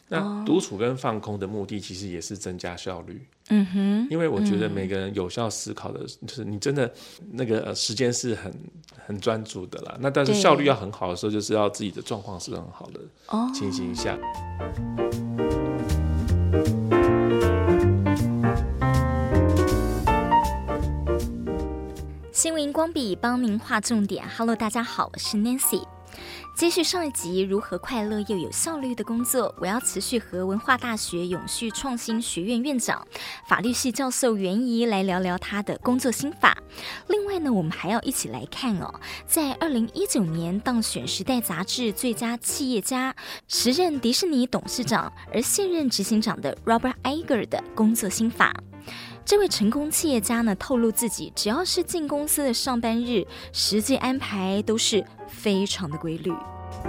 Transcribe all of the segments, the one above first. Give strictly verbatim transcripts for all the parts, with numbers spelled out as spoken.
那独处跟放空的目的其实也是增加效率。 嗯哼， 因为我觉得每个人有效思考的，就是你真的那个、呃、时间是很很专注的啦。那但是效率要很好的时候，就是要自己的状况是很好的情形下。 新闻荧光笔帮您画重点。Hello， 大家好，我是 Nancy。接续上一集如何快乐又有效率的工作，我要持续和文化大学永续创新学院院长、法律系教授袁怡来聊聊他的工作心法。另外呢，我们还要一起来看哦，在二零一九年当选《时代》杂志最佳企业家、时任迪士尼董事长而现任执行长的 Robert Iger 的工作心法。这位成功企业家呢，透露自己只要是进公司的上班日，时间安排都是非常的规律。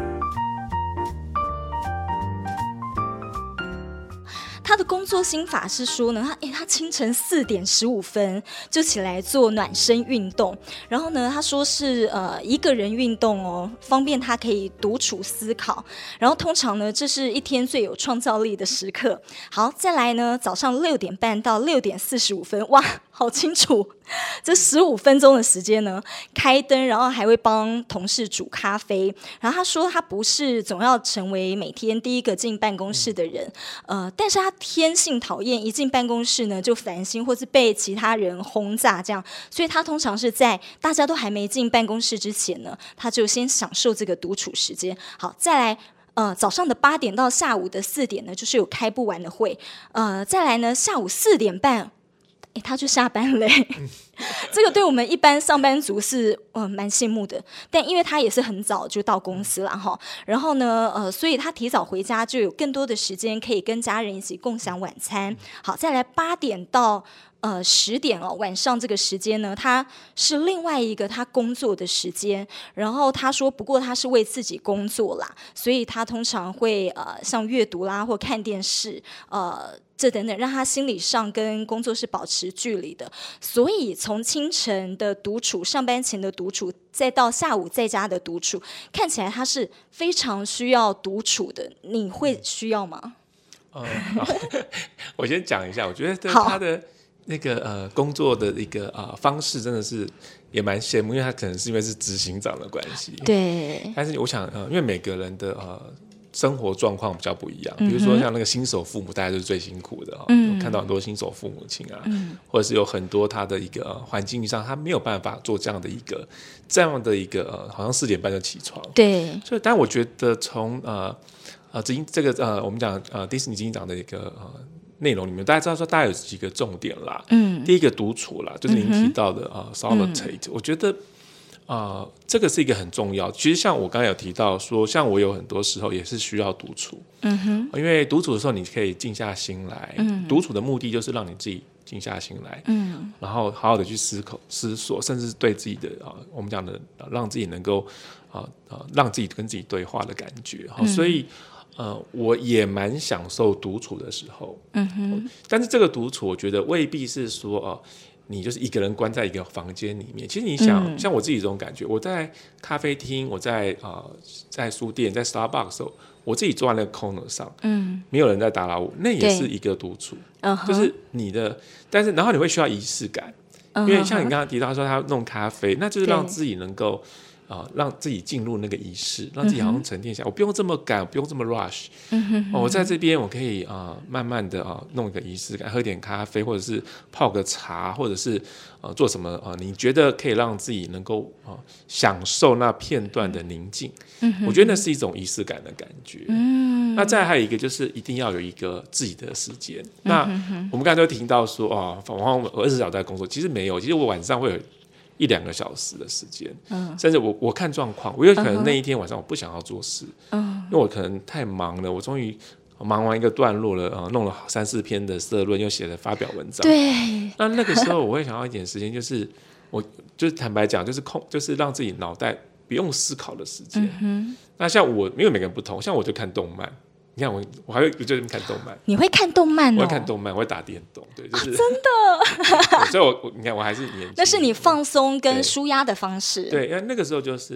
他的工作心法是说呢，他诶他清晨四点十五分就起来做暖身运动，然后呢，他说是呃一个人运动哦，方便他可以独处思考。然后通常呢，这是一天最有创造力的时刻。好，再来呢，早上六点半到六点四十五分，哇，好清楚。这十五分钟的时间呢，开灯，然后还会帮同事煮咖啡。然后他说，他不是总要成为每天第一个进办公室的人，呃，但是他天性讨厌一进办公室呢就烦心，或是被其他人轰炸这样，所以他通常是在大家都还没进办公室之前呢，他就先享受这个独处时间。好，再来。呃，早上的八点到下午的四点呢，就是有开不完的会。呃，再来呢，下午四点半。欸、他就下班了、欸嗯、这个对我们一般上班族是呃蛮羡慕的，但因为他也是很早就到公司了哈，然后呢呃，所以他提早回家就有更多的时间可以跟家人一起共享晚餐。好，再来八点到呃十点哦，晚上这个时间呢，他是另外一个他工作的时间。然后他说，不过他是为自己工作啦，所以他通常会呃像阅读啦或看电视呃。这等等，让他心理上跟工作是保持距离的。所以从清晨的独处、上班前的独处，再到下午在家的独处，看起来他是非常需要独处的。你会需要吗？ 呃、我先讲一下，我觉得他的那个呃工作的一个呃方式真的是也蛮羡慕，因为他可能是因为是执行长的关系。 对。 但是我想，呃，因为每个人的呃。生活状况比较不一样，比如说像那个新手父母，大家就是最辛苦的、哦嗯、我看到很多新手父母亲啊、嗯，或者是有很多他的一个环境上，他没有办法做这样的一个这样的一个、呃、好像四点半就起床， 对， 所以但我觉得从呃呃这个呃我们讲呃迪士尼执行长的一个呃内容里面，大家知道说大概有几个重点啦，嗯，第一个独处啦，就是您提到的、嗯、呃 solitude、嗯、我觉得。呃，这个是一个很重要。其实像我刚才有提到说，像我有很多时候也是需要独处，嗯哼，因为独处的时候你可以静下心来，嗯，独处的目的就是让你自己静下心来，嗯，然后好好的去思考、思索，甚至对自己的啊、呃，我们讲的、呃、让自己能够啊啊、呃，让自己跟自己对话的感觉。嗯、所以呃，我也蛮享受独处的时候，嗯哼，但是这个独处，我觉得未必是说哦。呃你就是一个人关在一个房间里面，其实你想、嗯、像我自己这种感觉，我在咖啡厅，我在、呃、在书店，在 Starbucks 的时候，我自己坐在那个 corner 上、嗯、没有人在打扰我，那也是一个独处、uh-huh. 就是你的，但是然后你会需要仪式感、uh-huh. 因为像你刚刚提到说他弄咖啡，那就是让自己能够呃、让自己进入那个仪式，让自己好像沉淀下来、嗯、我不用这么赶，不用这么 rush、嗯哦、我在这边我可以、呃、慢慢的、呃、弄一个仪式感，喝点咖啡，或者是泡个茶，或者是、呃、做什么、呃、你觉得可以让自己能够、呃、享受那片段的宁静、嗯、我觉得那是一种仪式感的感觉、嗯、那再来还有一个就是一定要有一个自己的时间、嗯、那我们刚才都听到说、哦、我二十四小时在工作，其实没有，其实我晚上会有一两个小时的时间、嗯，甚至我我看状况，我有可能那一天晚上我不想要做事，嗯，因为我可能太忙了，我终于忙完一个段落了，呃、弄了三四篇的社论，又写了发表文章， 对， 那那个时候我会想要一点时间，就是我就是坦白讲，就是空，就是让自己脑袋不用思考的时间、嗯。那像我，因为每个人不同，像我就看动漫。你看我，我还会就看动漫。 你会看动漫哦？ 我会看动漫，我会打电动，对，就是、 啊、真的。 所以我，我你看我还是年轻。 那是你放松跟抒压的方式。 对，因为那个时候就是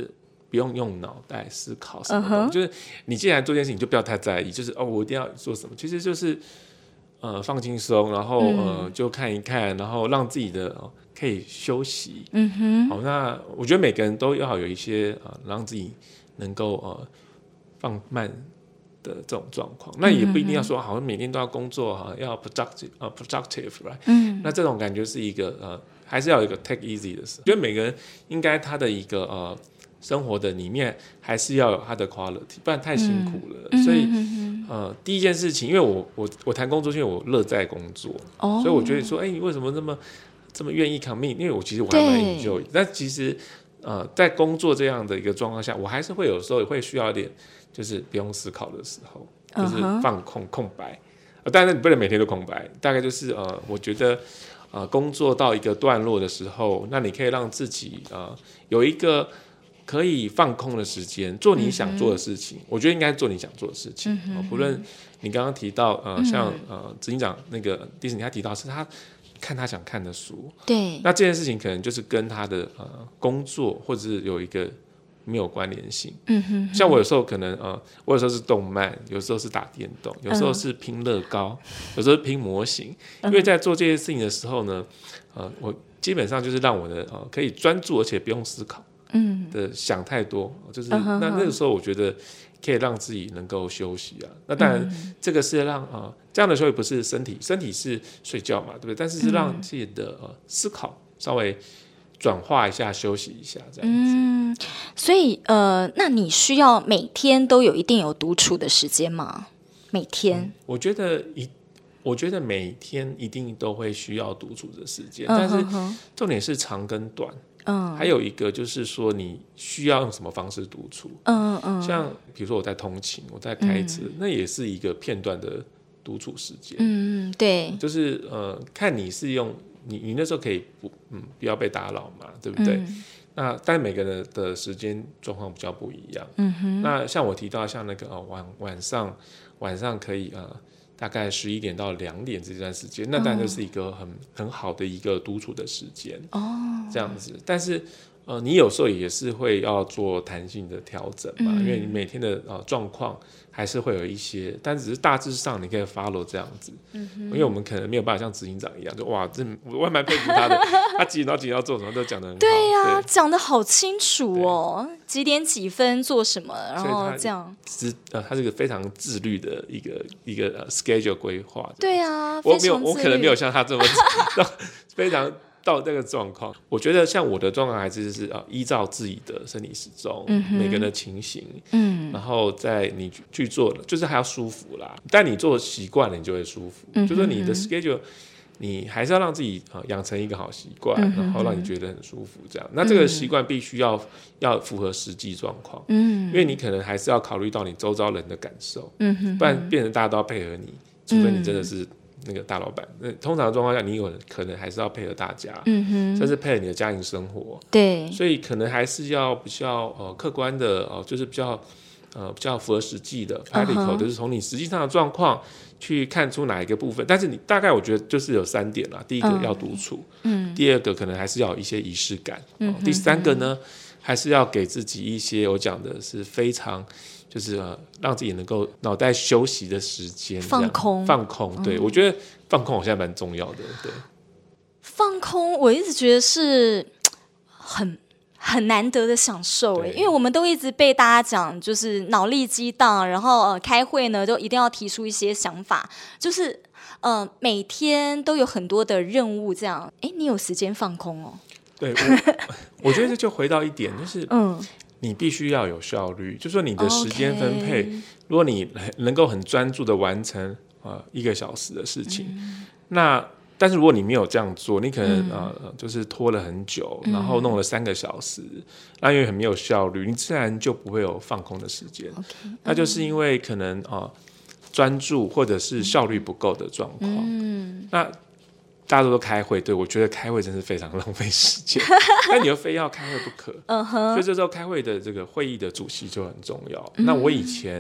不用用脑袋思考什么东西， uh-huh. 就是你既然做件事情就不要太在意，就是哦我一定要做什么，其实就是呃放轻松，然后、嗯、呃就看一看，然后让自己的、呃、可以休息。嗯哼，好，那我觉得每个人都要有一些呃让自己能够呃放慢的这种状况，那也不一定要说好像每天都要工作，好像要 productive 呃 productive right，嗯，那这种感觉是一个呃还是要有一个 take easy 的事，我觉得每个人应该他的一个呃生活的里面还是要有他的 quality， 不然太辛苦了。嗯、所以、嗯、呃第一件事情，因为我我我谈工作，因为我乐在工作，哦、所以我觉得说，哎、欸，你为什么这么这么愿意 commit？ 因为我其实我还蛮 enjoy， 但其实呃在工作这样的一个状况下，我还是会有时候也会需要一点。就是不用思考的时候，就是放空空白。呃、当然你不能每天都空白，大概就是呃，我觉得呃，工作到一个段落的时候，那你可以让自己呃有一个可以放空的时间，做你想做的事情。嗯、我觉得应该做你想做的事情。嗯呃、不论你刚刚提到呃，像呃执行长那个迪士尼，他提到是他看他想看的书。对。那这件事情可能就是跟他的呃工作或者是有一个。没有关联性，嗯哼哼，像我有时候可能呃，我有时候是动漫，有时候是打电动，有时候是拼乐高，嗯、有时候是拼模型。因为在做这些事情的时候呢，呃，我基本上就是让我的呃可以专注，而且不用思考，嗯的想太多，就是、嗯、那那个时候我觉得可以让自己能够休息啊。那当然，这个是让呃这样的休息不是身体，身体是睡觉嘛，对不对？但是是让自己的、呃、思考稍微。转化一下，休息一下，这样子。 嗯，所以呃，那你需要每天都有一定有独处的时间吗？每天？嗯、 我觉得一，我觉得每天一定都会需要独处的时间，嗯、但是重点是长跟短。嗯，还有一个就是说你需要用什么方式独处。嗯嗯，像比如说我在通勤，我在开车，嗯、那也是一个片段的独处时间。嗯，对，就是呃，看你是用。你, 你那时候可以 不,、嗯、不要被打扰嘛，对不对？嗯、那但每个人的时间状况比较不一样。嗯哼。那像我提到像那个、呃、晚晚上晚上可以呃大概十一点到两点这段时间，那当然就是一个很、哦、很好的一个独处的时间。哦。这样子，但是呃你有时候也是会要做弹性的调整嘛，嗯、因为你每天的呃状况。还是会有一些，但只是大致上你可以 follow 这样子。嗯、因为我们可能没有办法像执行长一样，就哇，这我还蛮佩服他的，他几点到几点要做什么都讲得很好。 对呀、啊，讲得好清楚哦，几点几分做什么，然后这样。 呃，他是个非常自律的一个一个、呃、schedule 规划。 对啊， 我没有，我可能没有像他这么非常。到这个状况，我觉得像我的状况还是是、呃、依照自己的生理时钟、嗯，每个人的情形，嗯，然后在你去做，就是还要舒服啦。但你做习惯了，你就会舒服。嗯、就是你的 schedule， 你还是要让自己、呃、养成一个好习惯、嗯，然后让你觉得很舒服。这样，那这个习惯必须要要符合实际状况，嗯，因为你可能还是要考虑到你周遭人的感受，嗯，不然变成大家都要配合你，除非你真的是。嗯那个大老板，那通常的状况下，你有可能还是要配合大家，嗯哼，甚至配合你的家庭生活，对，所以可能还是要比较呃客观的哦、呃，就是比较呃比较符合实际的 practical，、uh-huh. 就是从你实际上的状况去看出哪一个部分。但是你大概我觉得就是有三点啦，第一个要独处，嗯，第二个可能还是要有一些仪式感，嗯、哦，第三个呢还是要给自己一些我讲的是非常。就是、呃、让自己能够脑袋休息的时间， 放空， 放空。对、嗯，我觉得放空好像蛮重要的。对， 放空我一直觉得是很很难得的享受哎，因为我们都一直被大家讲就是脑力激荡，然后呃开会呢就一定要提出一些想法，就是呃每天都有很多的任务这样。哎，你有时间放空哦？ 对，我, 我觉得这就回到一点，就是嗯。你必须要有效率，就说你的时间分配， okay. 如果你能够很专注的完成、呃、一个小时的事情、嗯、那但是如果你没有这样做，你可能、嗯呃、就是拖了很久、嗯、然后弄了三个小时，那因为很没有效率，你自然就不会有放空的时间、okay. 那就是因为可能、呃、专注或者是效率不够的状况、嗯、那大家都说开会，对，我觉得开会真是非常浪费时间，但你又非要开会不可，uh-huh. 所以这时候开会的这个会议的主席就很重要。嗯、那我以前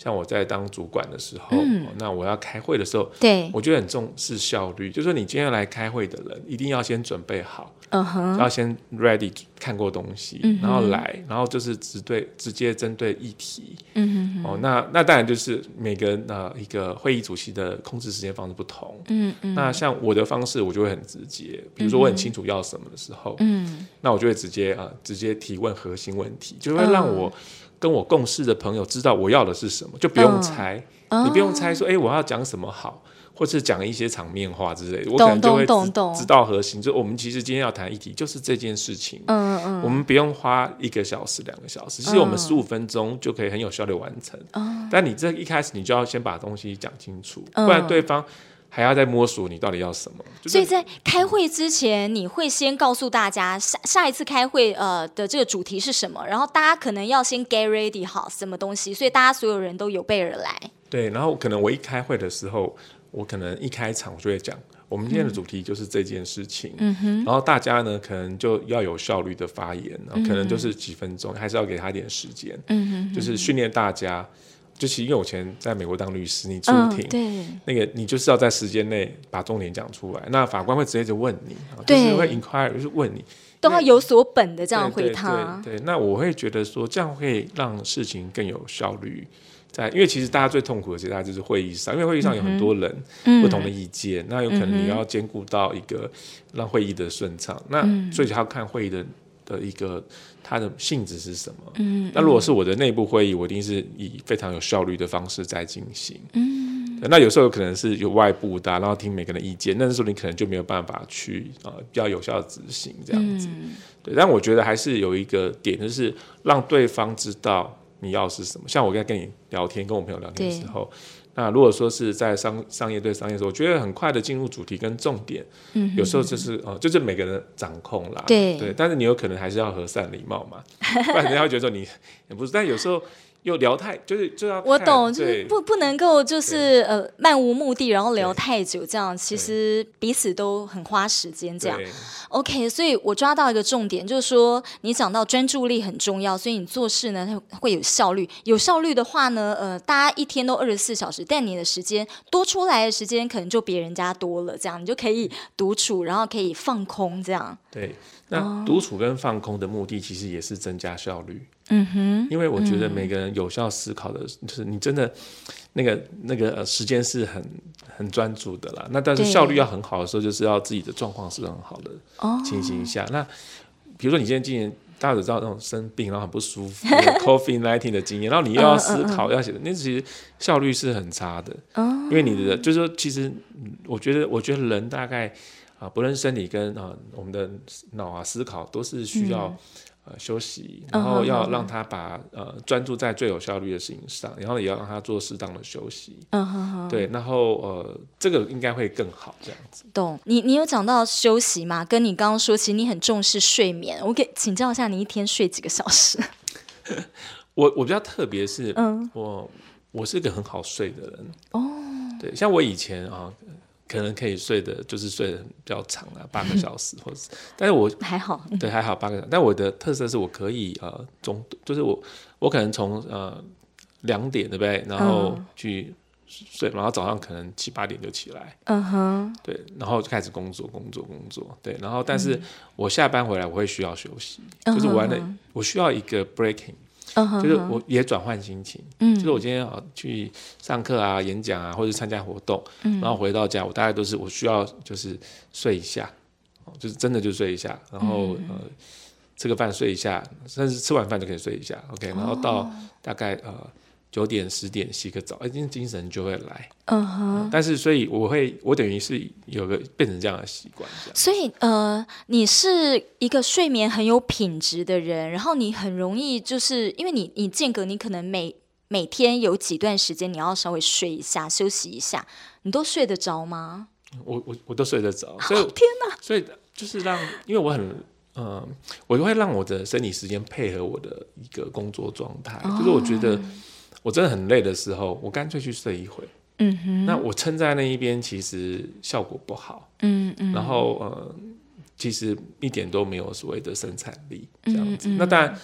像我在当主管的时候、嗯哦、那我要开会的时候， 对， 我觉得很重视效率，就是说你今天来开会的人一定要先准备好， 嗯哼， 要先 ready 看过东西、嗯、然后来，然后就是直对直接针对议题，嗯哼哼，哦，那那当然就是每个呃一个会议主席的控制时间方式不同，嗯嗯，那像我的方式我就会很直接，比如说我很清楚要什么的时候，嗯，那我就会直接啊、呃、直接提问核心问题，就会让我、嗯跟我共事的朋友知道我要的是什么，就不用猜、嗯、你不用猜说哎、欸、我要讲什么好，或是讲一些场面话之类的，我可能就会 知, 知道核心，就我们其实今天要谈议题就是这件事情，嗯嗯，我们不用花一个小时两个小时，其实我们十五分钟就可以很有效率完成、嗯、但你这一开始你就要先把东西讲清楚、嗯、不然对方还要再摸索你到底要什么，就是、 所以在开会之前你会先告诉大家 下, 下一次开会、呃、的这个主题是什么，然后大家可能要先 get ready 好什么东西，所以大家所有人都有备而来。 对，然后可能我一开会的时候，我可能一开场我就会讲我们今天的主题就是这件事情、嗯、然后大家呢可能就要有效率的发言，然后可能就是几分钟、嗯、还是要给他一点时间、嗯、就是训练大家，就是因为我以前在美国当律师，你出庭、嗯、对，那个你就是要在时间内把重点讲出来，那法官会直接就问你，就是会 inquire 就是问你， 都要有所本的这样回他。 对对 对, 对，那我会觉得说这样会让事情更有效率。在因为其实大家最痛苦的其实大家就是会议上，因为会议上有很多人不同的意见、嗯、那有可能你要兼顾到一个让会议的顺畅、嗯、那所以要看会议的的一个它的性质是什么、嗯、那如果是我的内部会议，我一定是以非常有效率的方式在进行、嗯、那有时候可能是有外部的、啊、然后听每个人的意见，那时候你可能就没有办法去、呃、比较有效的执行这样子、嗯、对，但我觉得还是有一个点，就是让对方知道你要是什么。像我刚才跟你聊天，跟我朋友聊天的时候，那如果说是在 商, 商业对商业的时候，我觉得很快的进入主题跟重点、嗯、有时候就是、呃、就是每个人掌控啦， 对, 对，但是你有可能还是要和善礼貌嘛，不然人家会觉得说你也不是，但有时候又聊太就是就要我懂，就是不不能够就是呃漫无目的然后聊太久，这样其实彼此都很花时间这样。OK， 所以我抓到一个重点，就是说你讲到专注力很重要，所以你做事呢会有效率。有效率的话呢，呃，大家一天都二十四小时，但你的时间多出来的时间可能就比人家多了，这样你就可以独处，然后可以放空这样。 对，那独处跟放空的目的其实也是增加效率。嗯哼，因为我觉得每个人有效思考的，嗯、就是你真的那个那个时间是很很专注的啦。那但是效率要很好的时候，就是要自己的状况是很好的情形下。哦、那比如说你今天今年大家都知道那种生病然后很不舒服COVID 十九 的经验，然后你又要思考、嗯嗯嗯、要写的，那其实效率是很差的。哦、因为你的就是说，其实我觉得我觉得人大概啊，不论生理跟啊我们的脑啊思考都是需要。嗯呃、休息，然后要让他把、uh-huh. 呃专注在最有效率的事情上，然后也要让他做适当的休息。Uh-huh. 对，然后呃这个应该会更好这样子。 懂，你你有讲到休息嘛？跟你刚刚说，其实你很重视睡眠，我可以请教一下，你一天睡几个小时？ 我我比较特别是，嗯，我我是一个很好睡的人。哦，对，像我以前啊。可能可以睡的，就是睡得比较长啊，八个小时，或者是，但是我还好， 对，还好八个小时。但我的特色是我可以呃中，就是我我可能从呃两点对不对，然后去睡，然后早上可能七八点就起来，嗯哼，对，然后就开始工作工作工作，对，然后但是我下班回来我会需要休息，嗯、就是我完了，我需要一个 breaking。Uh-huh. 就是我也转换心情、嗯、就是我今天去上课啊演讲啊或者参加活动、嗯、然后回到家我大概都是我需要就是睡一下，就是真的就睡一下，然后、嗯呃、吃个饭睡一下，甚至吃完饭就可以睡一下 OK， 然后到大概呃九点十点洗个澡，哎，精神就会来。嗯哼。但是所以我会，我等于是有个变成这样的习惯。 所以呃，你是一个睡眠很有品质的人，然后你很容易就是因为你你间隔你可能每每天有几段时间你要稍微睡一下休息一下，你都睡得着吗？ 我我我都睡得着，所以、哦、天哪！ 所以就是让，因为我很。嗯，我就会让我的生理时间配合我的一个工作状态、哦，就是我觉得我真的很累的时候，我干脆去睡一会。嗯哼，那我撑在那一边，其实效果不好。嗯嗯，然后呃，其实一点都没有所谓的生产力这样子。嗯嗯、那当然，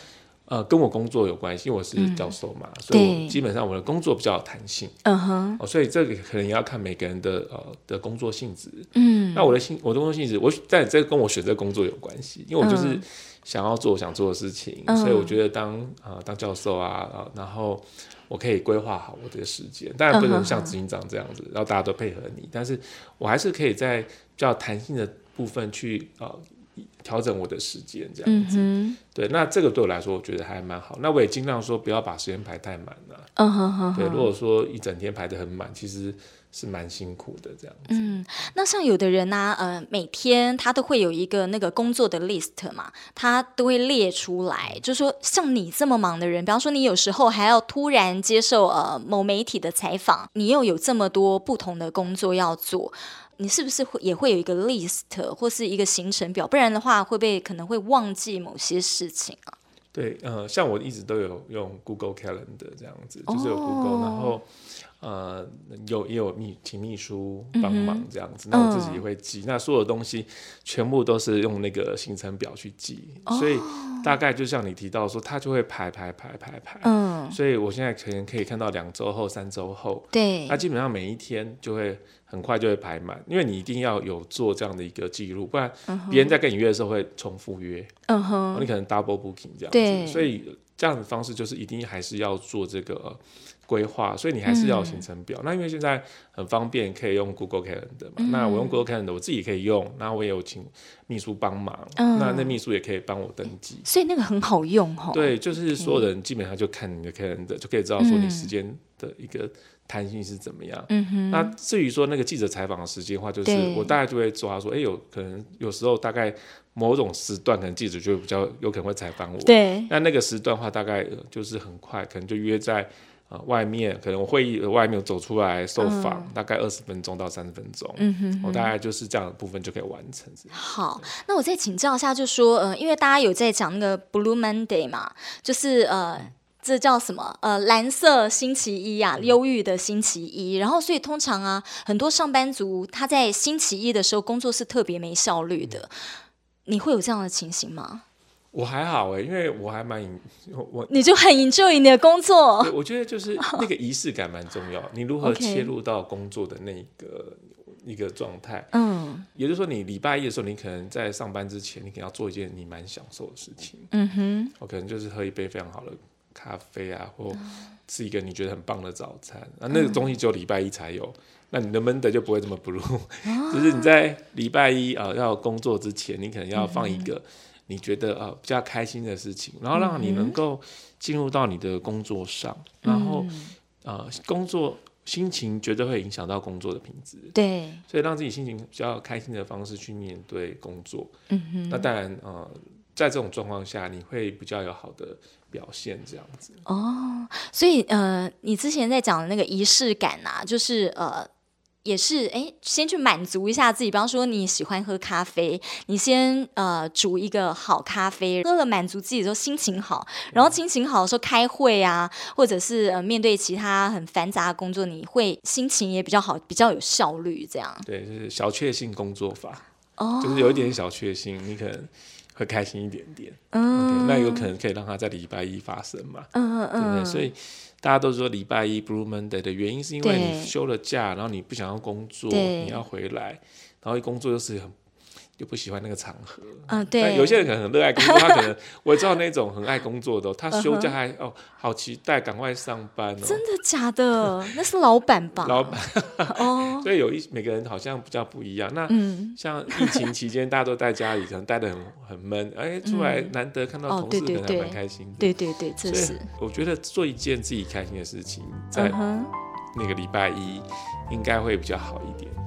呃，跟我工作有关系，因为我是教授嘛，嗯、所以我基本上我的工作比较有弹性。嗯哼、哦，所以这个可能也要看每个人的呃的工作性质。嗯，那我的性我的工作性质，我但这跟我选择工作有关系，因为我就是想要做我想做的事情，嗯、所以我觉得当呃当教授啊，呃、然后我可以规划好我的时间，当然不能像执行长这样子，然后大家都配合你，但是我还是可以在比较弹性的部分去呃。调整我的时间这样子、嗯、对，那这个对我来说我觉得还蛮好，那我也尽量说不要把时间排太满了、啊嗯、哼哼哼对，如果说一整天排得很满其实是蛮辛苦的这样子。 嗯，那像有的人啊，呃，每天他都会有一个那个工作的 list 嘛，他都会列出来，就是说像你这么忙的人，比方说你有时候还要突然接受呃某媒体的采访，你又有这么多不同的工作要做，你是不是会也会有一个 list 或是一个行程表？不然的话，会不会可能会忘记某些事情啊？ 对，呃，像我一直都有用 Google Calendar 这样子，就是有 Google，、哦、然后呃有也有秘请秘书帮忙这样子，嗯、那我自己也会记，嗯、那所有东西全部都是用那个行程表去记，哦、所以大概就像你提到说，它就会排排排排排，嗯，所以我现在可能可以看到两周后、三周后，对，那基本上每一天就会。很快就会排满，因为你一定要有做这样的一个记录，不然别人在跟你约的时候会重复约，嗯哼，你可能 double booking 这样子，所以这样的方式就是一定还是要做这个规划，所以你还是要有行程表。嗯、那因为现在很方便，可以用 Google Calendar 嘛，嗯、那我用 Google Calendar 我自己可以用，然后我也有请秘书帮忙，嗯、那那秘书也可以帮我登记， 所以那个很好用哦。 对，就是所有人基本上就看你的 Calendar 就可以知道说你时间的一个。弹性是怎么样？嗯哼。那至于说那个记者采访的时间的话，就是我大概就会抓说，哎、欸，有可能有时候大概某种时段，可能记者就会比较有可能会采访我。对。那那个时段的话，大概就是很快，可能就约在、呃、外面，可能我会议的外面走出来受访，嗯、大概二十分钟到三十分钟。嗯哼哼。我大概就是这样的部分就可以完成。 好，那我再请教一下，就说呃，因为大家有在讲那个 Blue Monday 嘛，就是呃。嗯这叫什么？呃，蓝色星期一啊，忧郁的星期一。然后，所以通常啊，很多上班族他在星期一的时候工作是特别没效率的。嗯、你会有这样的情形吗？ 我还好哎、欸，因为我还蛮我你就很 enjoy 你的工作。 对，我觉得就是那个仪式感蛮重要。你如何切入到工作的那个一个状态？嗯，也就是说，你礼拜一的时候，你可能在上班之前，你可能要做一件你蛮享受的事情。嗯哼，我可能就是喝一杯非常好的。咖啡啊，或吃一个你觉得很棒的早餐，啊，那个东西只有礼拜一才有，那你的 Monday 就不会这么 blue，、哦、就是你在礼拜一、呃、要工作之前，你可能要放一个你觉得、呃、比较开心的事情，然后让你能够进入到你的工作上，嗯、然后、呃、工作心情绝对会影响到工作的品质，对，所以让自己心情比较开心的方式去面对工作，嗯哼，那当然呃。在这种状况下，你会比较有好的表现，这样子。 哦，所以呃，你之前在讲的那个仪式感啊，就是呃，也是哎，先去满足一下自己。比方说你喜欢喝咖啡，你先呃煮一个好咖啡，喝了满足自己之后心情好，然后心情好的时候开会啊，或者是呃面对其他很繁杂的工作，你会心情也比较好，比较有效率，这样。 对，就是小确幸工作法，哦，就是有一点小确幸，你可能。会开心一点点，嗯 okay, 那有可能可以让它在礼拜一发生嘛，嗯嗯，对不对？所以大家都说礼拜一 Blue Monday 的原因是因为你休了假，然后你不想要工作，你要回来，然后一工作又是很又不喜欢那个场合，嗯，对。但有些人可能很热爱工作，他可能我知道那种很爱工作的、哦，他休假还、uh-huh. 哦好期待赶快上班哦。 真的假的？那是老板吧？ 老板哦，所以有一每个人好像比较不一样。那、嗯、像疫情期间大家都在家里，可能待得很很闷，哎，出来难得看到同事，可能还蛮开心的。 对对 对, 对, 对，这是。 我觉得做一件自己开心的事情，在那个礼拜一应该会比较好一点。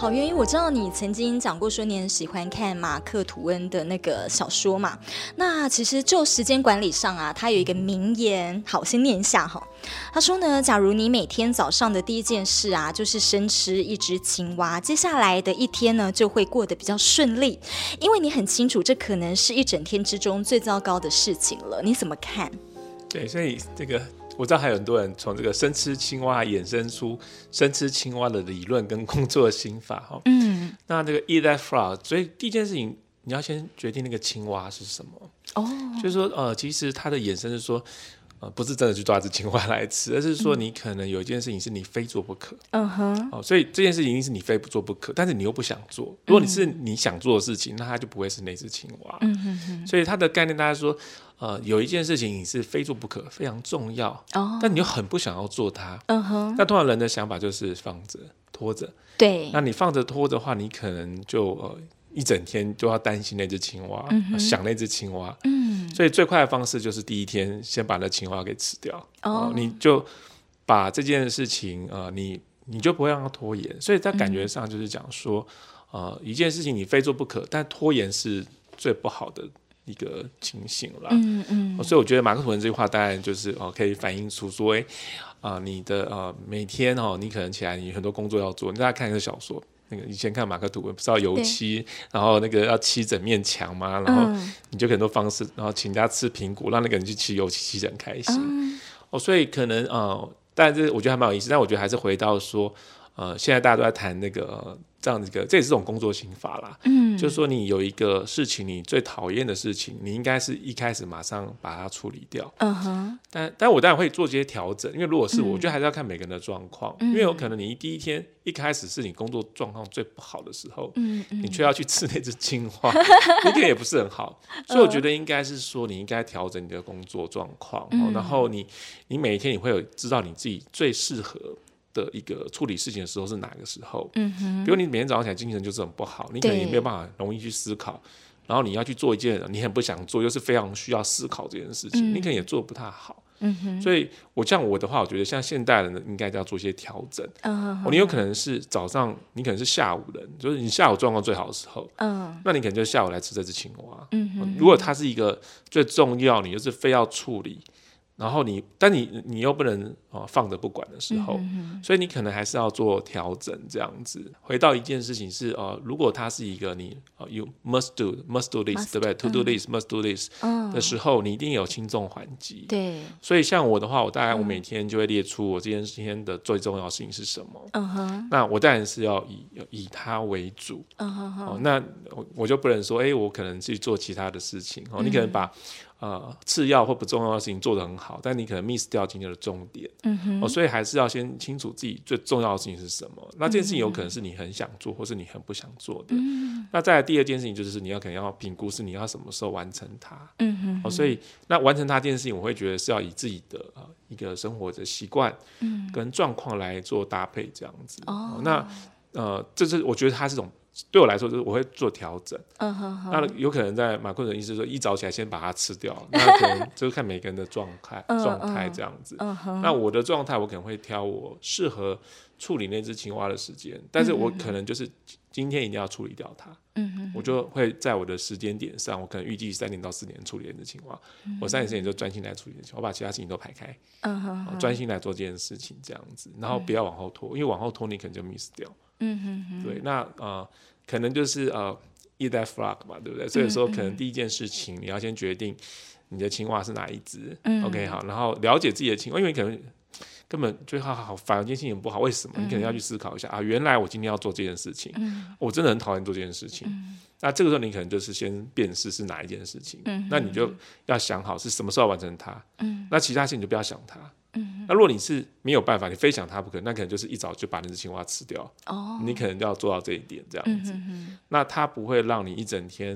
好，因为我知道你曾经讲过说你很喜欢看马克吐温的那个小说嘛，那其实就时间管理上啊，他有一个名言，好，我先念一下哈。他说呢，假如你每天早上的第一件事啊，就是生吃一只青蛙，接下来的一天呢，就会过得比较顺利，因为你很清楚这可能是一整天之中最糟糕的事情了。你怎么看？ 对，所以这个我知道还有很多人从这个生吃青蛙衍生出生吃青蛙的理论跟工作心法。嗯，那这个 eat that frog， 所以第一件事情你要先决定那个青蛙是什么。哦，就是说呃，其实它的衍生是说。呃、不是真的去抓只青蛙来吃，而是说你可能有一件事情是你非做不可。嗯哼、哦，所以这件事情一定是你非不做不可，但是你又不想做。如果你是你想做的事情，那它就不会是那只青蛙。嗯哼哼，所以它的概念大家说，呃，有一件事情你是非做不可，非常重要，哦、但你又很不想要做它。嗯哼，那通常人的想法就是放着拖着。对，那你放着拖着的话，你可能就呃。一整天就要担心那只青蛙、嗯、想那只青蛙、嗯、所以最快的方式就是第一天先把那青蛙给吃掉、哦呃、你就把这件事情、呃、你, 你就不会让它拖延，所以在感觉上就是讲说、嗯呃、一件事情你非做不可，但拖延是最不好的一个情形啦、嗯嗯呃、所以我觉得马克吐温这句话当然就是、呃、可以反映出说、欸呃、你的、呃、每天、哦、你可能起来你很多工作要做，你大家看一个小说那个以前看马克吐温不是要油漆，然后那个要漆整面墙嘛，然后你就很多方式，然后请人家吃苹果，让那个人去漆油漆，漆得很开心、嗯哦、所以可能呃，但是我觉得还蛮有意思，但我觉得还是回到说呃，现在大家都在谈那个、呃、这样一个，这也是种工作心法啦、嗯、就是说你有一个事情你最讨厌的事情，你应该是一开始马上把它处理掉、uh huh. 但, 但我当然会做这些调整，因为如果是我、嗯、我觉得还是要看每个人的状况、嗯、因为有可能你第一天一开始是你工作状况最不好的时候、嗯嗯、你却要去吃那只青蛙那个也不是很好所以我觉得应该是说你应该调整你的工作状况、嗯、然后你你每一天你会有知道你自己最适合的一个处理事情的时候是哪个时候、嗯、哼比如你每天早上起来精神就是很不好，你可能也没有办法容易去思考，然后你要去做一件你很不想做又是非常需要思考这件事情、嗯、你可能也做不太好、嗯、哼所以我像我的话我觉得像现代人应该要做一些调整、嗯哦、你有可能是早上你可能是下午人，就是你下午状况最好的时候、嗯、那你可能就下午来吃这只青蛙、嗯哼如果它是一个最重要你就是非要处理，然后你但你你又不能、哦、放着不管的时候、嗯、所以你可能还是要做调整这样子。回到一件事情是、呃、如果它是一个你、呃、you must do must do this must, 对不对、嗯、to do this must do this、嗯、的时候你一定有轻重缓急。对，所以像我的话我大概我每天就会列出我这件事情的最重要的事情是什么、嗯、那我当然是要 以, 以它为主、嗯哦、那我就不能说哎，我可能去做其他的事情、哦、你可能把呃，次要或不重要的事情做得很好，但你可能 miss 掉今天的重点、嗯哼哦、所以还是要先清楚自己最重要的事情是什么。那这件事情有可能是你很想做、嗯、或是你很不想做的、嗯、那再来第二件事情就是你要可能要评估是你要什么时候完成它、嗯哼哦、所以那完成它这件事情我会觉得是要以自己的、呃、一个生活的习惯跟状况来做搭配这样子、嗯哦、那呃，这是我觉得它是种对我来说就是我会做调整、uh huh. 那有可能在马克吐温的意思说一早起来先把它吃掉那可能就是看每个人的状态状态这样子、uh huh. 那我的状态我可能会挑我适合处理那只青蛙的时间，但是我可能就是今天一定要处理掉它、uh-huh. 我就会在我的时间点上我可能预计三点到四点处理那只青蛙、uh-huh. 我三点四点就专心来处理我把其他事情都排开、uh-huh. 专心来做这件事情这样子，然后不要往后拖、uh-huh. 因为往后拖你可能就 miss 掉。嗯哼哼对，那呃，可能就是呃 eat that frog 嘛，对不对？所以说，可能第一件事情，你要先决定你的青蛙是哪一只、嗯、，OK 好，然后了解自己的青蛙，因为可能根本就好好烦，今天心情不好，为什么？你可能要去思考一下、嗯、啊，原来我今天要做这件事情，嗯、我真的很讨厌做这件事情。嗯、那这个时候你可能就是先辨识是哪一件事情，嗯、那你就要想好是什么时候完成它，嗯、那其他事情你就不要想它。嗯、那如果你是没有办法你非想它不可，那可能就是一早就把那只青蛙吃掉、哦、你可能就要做到这一点这样子、嗯、哼哼那它不会让你一整天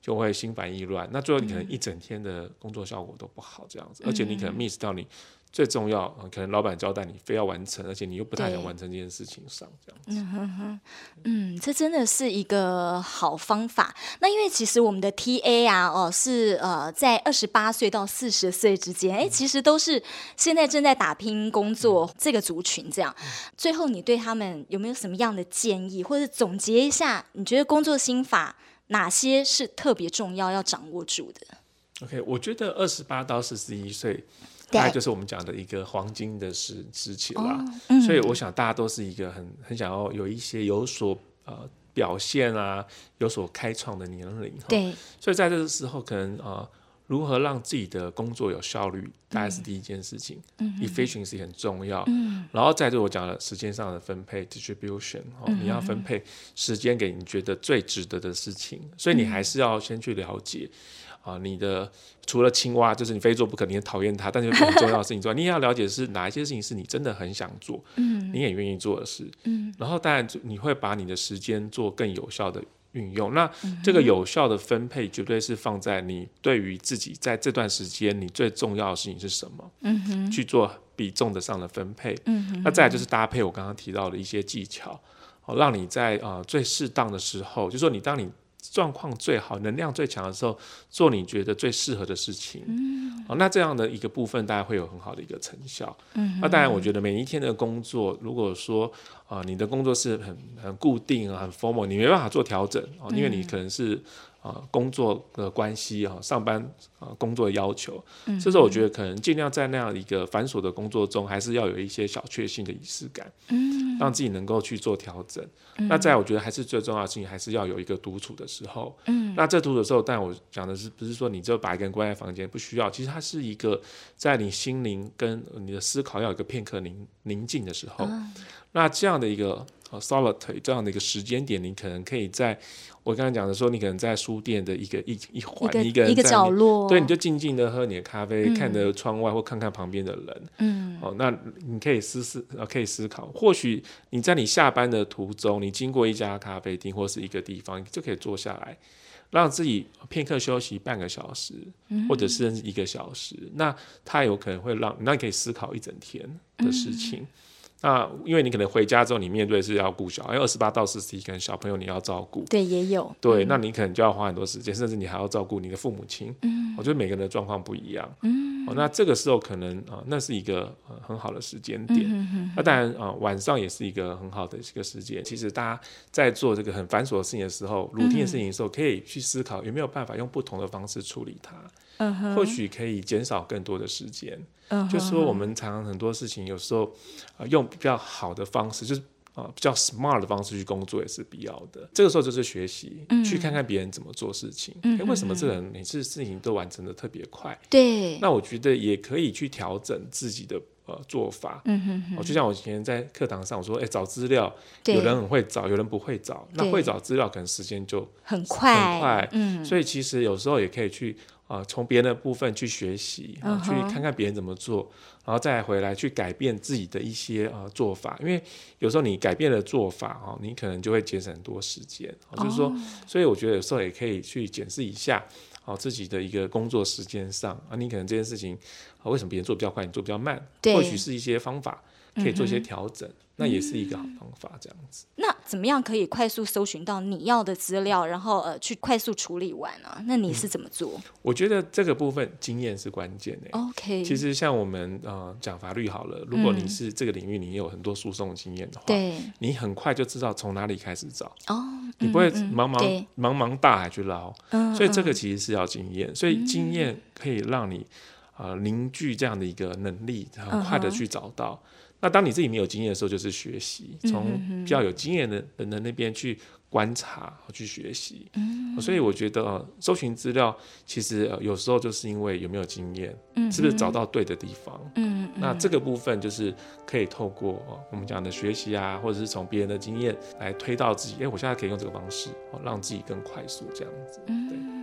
就会心烦意乱，那最后你可能一整天的工作效果都不好这样子，嗯、而且你可能 miss 掉你最重要，可能老板交代你非要完成，而且你又不太想完成这件事情上，这样子。 嗯哼哼，嗯，这真的是一个好方法。那因为其实我们的 T A 啊，哦，是呃在二十八岁到四十岁之间，哎，其实都是现在正在打拼工作这个族群。这样，最后你对他们有没有什么样的建议，或者总结一下，你觉得工作心法哪些是特别重要要掌握住的 ？OK， 我觉得二十八到四十一岁。大概就是我们讲的一个黄金的时时期啦、哦嗯，所以我想大家都是一个很很想要有一些有所呃表现啊，有所开创的年龄。 对， 所以在这个时候，可能呃如何让自己的工作有效率，大概是第一件事情。嗯、efficiency 很重要。嗯，然后再就我讲了时间上的分配 distribution，、哦嗯、你要分配时间给你觉得最值得的事情，所以你还是要先去了解。啊，你的除了青蛙就是你非做不可，你很讨厌它，但是很重要的事情之外，你也要了解是哪一些事情是你真的很想做，嗯，你也愿意做的事，嗯，然后当然你会把你的时间做更有效的运用。那这个有效的分配绝对是放在你对于自己在这段时间你最重要的事情是什么，嗯哼，去做比重的上的分配，嗯哼，那再来就是搭配我刚刚提到的一些技巧，哦、让你在、呃、最适当的时候，就是说你当你状况最好能量最强的时候做你觉得最适合的事情、嗯哦、那这样的一个部分大家会有很好的一个成效、嗯、那当然我觉得每一天的工作如果说、呃、你的工作是 很, 很固定很 formal 你没办法做调整、哦、因为你可能是、呃、工作的关系、哦、上班、呃、工作的要求、嗯、这时候我觉得可能尽量在那样一个繁琐的工作中还是要有一些小确幸的仪式感、嗯、让自己能够去做调整、嗯、那再来我觉得还是最重要的事情还是要有一个独处的时候、嗯、那这独处的时候但我讲的是不是说你就把一个人关在房间不需要，其实它是一个在你心灵跟你的思考要有一个片刻 宁, 宁静的时候、嗯、那这样的一个 solitary 这样的一个时间点你可能可以在我刚才讲的说你可能在书店的一个一一环一个一个角落， 对，你就静静的喝你的咖啡、嗯、看着窗外或看看旁边的人、嗯哦、那你可以思思可以思考，或许你在你下班的途中你经过一家咖啡厅或是一个地方你就可以坐下来让自己片刻休息半个小时、嗯、或者是一个小时，那它有可能会让那你可以思考一整天的事情、嗯，那因为你可能回家之后你面对的是要顾小孩，二十八到四十一可能小朋友你要照顾， 对，也有， 对、 嗯、 那你可能就要花很多时间，甚至你还要照顾你的父母亲、嗯、我觉得每个人的状况不一样、嗯哦、那这个时候可能、呃、那是一个、呃、很好的时间点、嗯、哼哼哼，那当然、呃、晚上也是一个很好的一个时间，其实大家在做这个很繁琐的事情的时候 routine 的事情的时候、嗯、可以去思考有没有办法用不同的方式处理它，Uh-huh. 或许可以减少更多的时间、uh-huh. 就是说我们常常很多事情有时候、呃、用比较好的方式，就是、呃、比较 smart 的方式去工作也是必要的，这个时候就是学习、嗯、去看看别人怎么做事情、嗯欸、为什么这个人每次事情都完成的特别快， 对， 那我觉得也可以去调整自己的呃、做法、嗯哼哼哦、就像我以前在课堂上我说、欸、找资料有人很会找有人不会找，那会找资料可能时间就很快很快、 嗯、 所以其实有时候也可以去呃、从别人的部分去学习、呃 uh-huh. 去看看别人怎么做，然后再回来去改变自己的一些、呃、做法，因为有时候你改变了做法、哦、你可能就会节省很多时间、哦、就是说、oh. 所以我觉得有时候也可以去检视一下、哦、自己的一个工作时间上、啊、你可能这件事情、啊、为什么别人做比较快你做比较慢，或许是一些方法可以做一些调整、嗯、那也是一个好方法这样子。 那怎么样可以快速搜寻到你要的资料，然后、呃、去快速处理完啊？那你是怎么做？嗯、 我觉得这个部分经验是关键的。 OK， 其实像我们呃讲法律好了，如果你是这个领域你有很多诉讼经验的话、 嗯， 你很快就知道从哪里开始找。 哦， 你不会茫茫、 嗯、 茫茫大海去捞、嗯，所以这个其实是要经验、嗯，所以经验可以让你、呃、凝聚这样的一个能力，很快的去找到。嗯，那当你自己没有经验的时候就是学习，从比较有经验的人的那边去观察去学习、嗯、所以我觉得、呃、搜寻资料其实、呃、有时候就是因为有没有经验、嗯、是不是找到对的地方、嗯、那这个部分就是可以透过、呃、我们讲的学习啊，或者是从别人的经验来推到自己，哎，我现在可以用这个方式、呃、让自己更快速这样子。对、嗯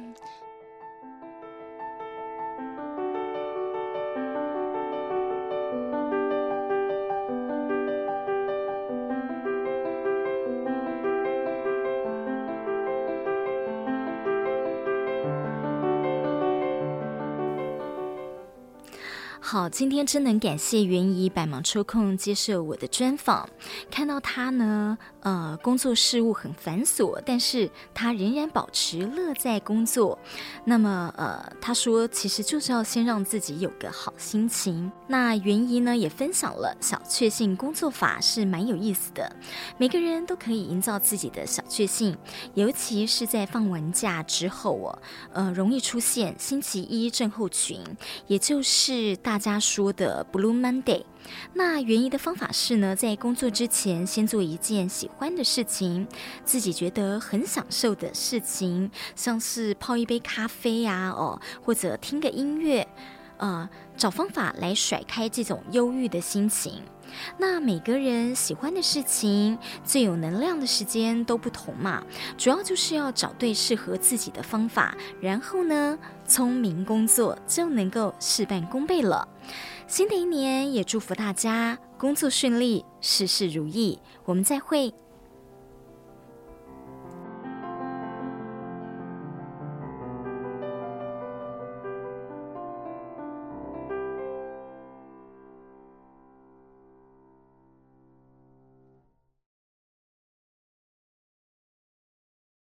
好，今天真能感谢袁怡百忙抽空接受我的专访。看到他呢，呃，工作事务很繁琐，但是他仍然保持乐在工作。那么，呃，他说其实就是要先让自己有个好心情。那袁怡呢也分享了小确幸工作法是蛮有意思的，每个人都可以营造自己的小确幸，尤其是在放完假之后哦，呃，容易出现星期一症候群，也就是大家说的 Blue Monday。 那袁怡的方法是呢，在工作之前先做一件喜欢的事情，自己觉得很享受的事情，像是泡一杯咖啡啊，哦，或者听个音乐，呃，找方法来甩开这种忧郁的心情。那每个人喜欢的事情、最有能量的时间都不同嘛，主要就是要找对适合自己的方法，然后呢，聪明工作就能够事半功倍了。新的一年也祝福大家工作顺利，事事如意。我们再会。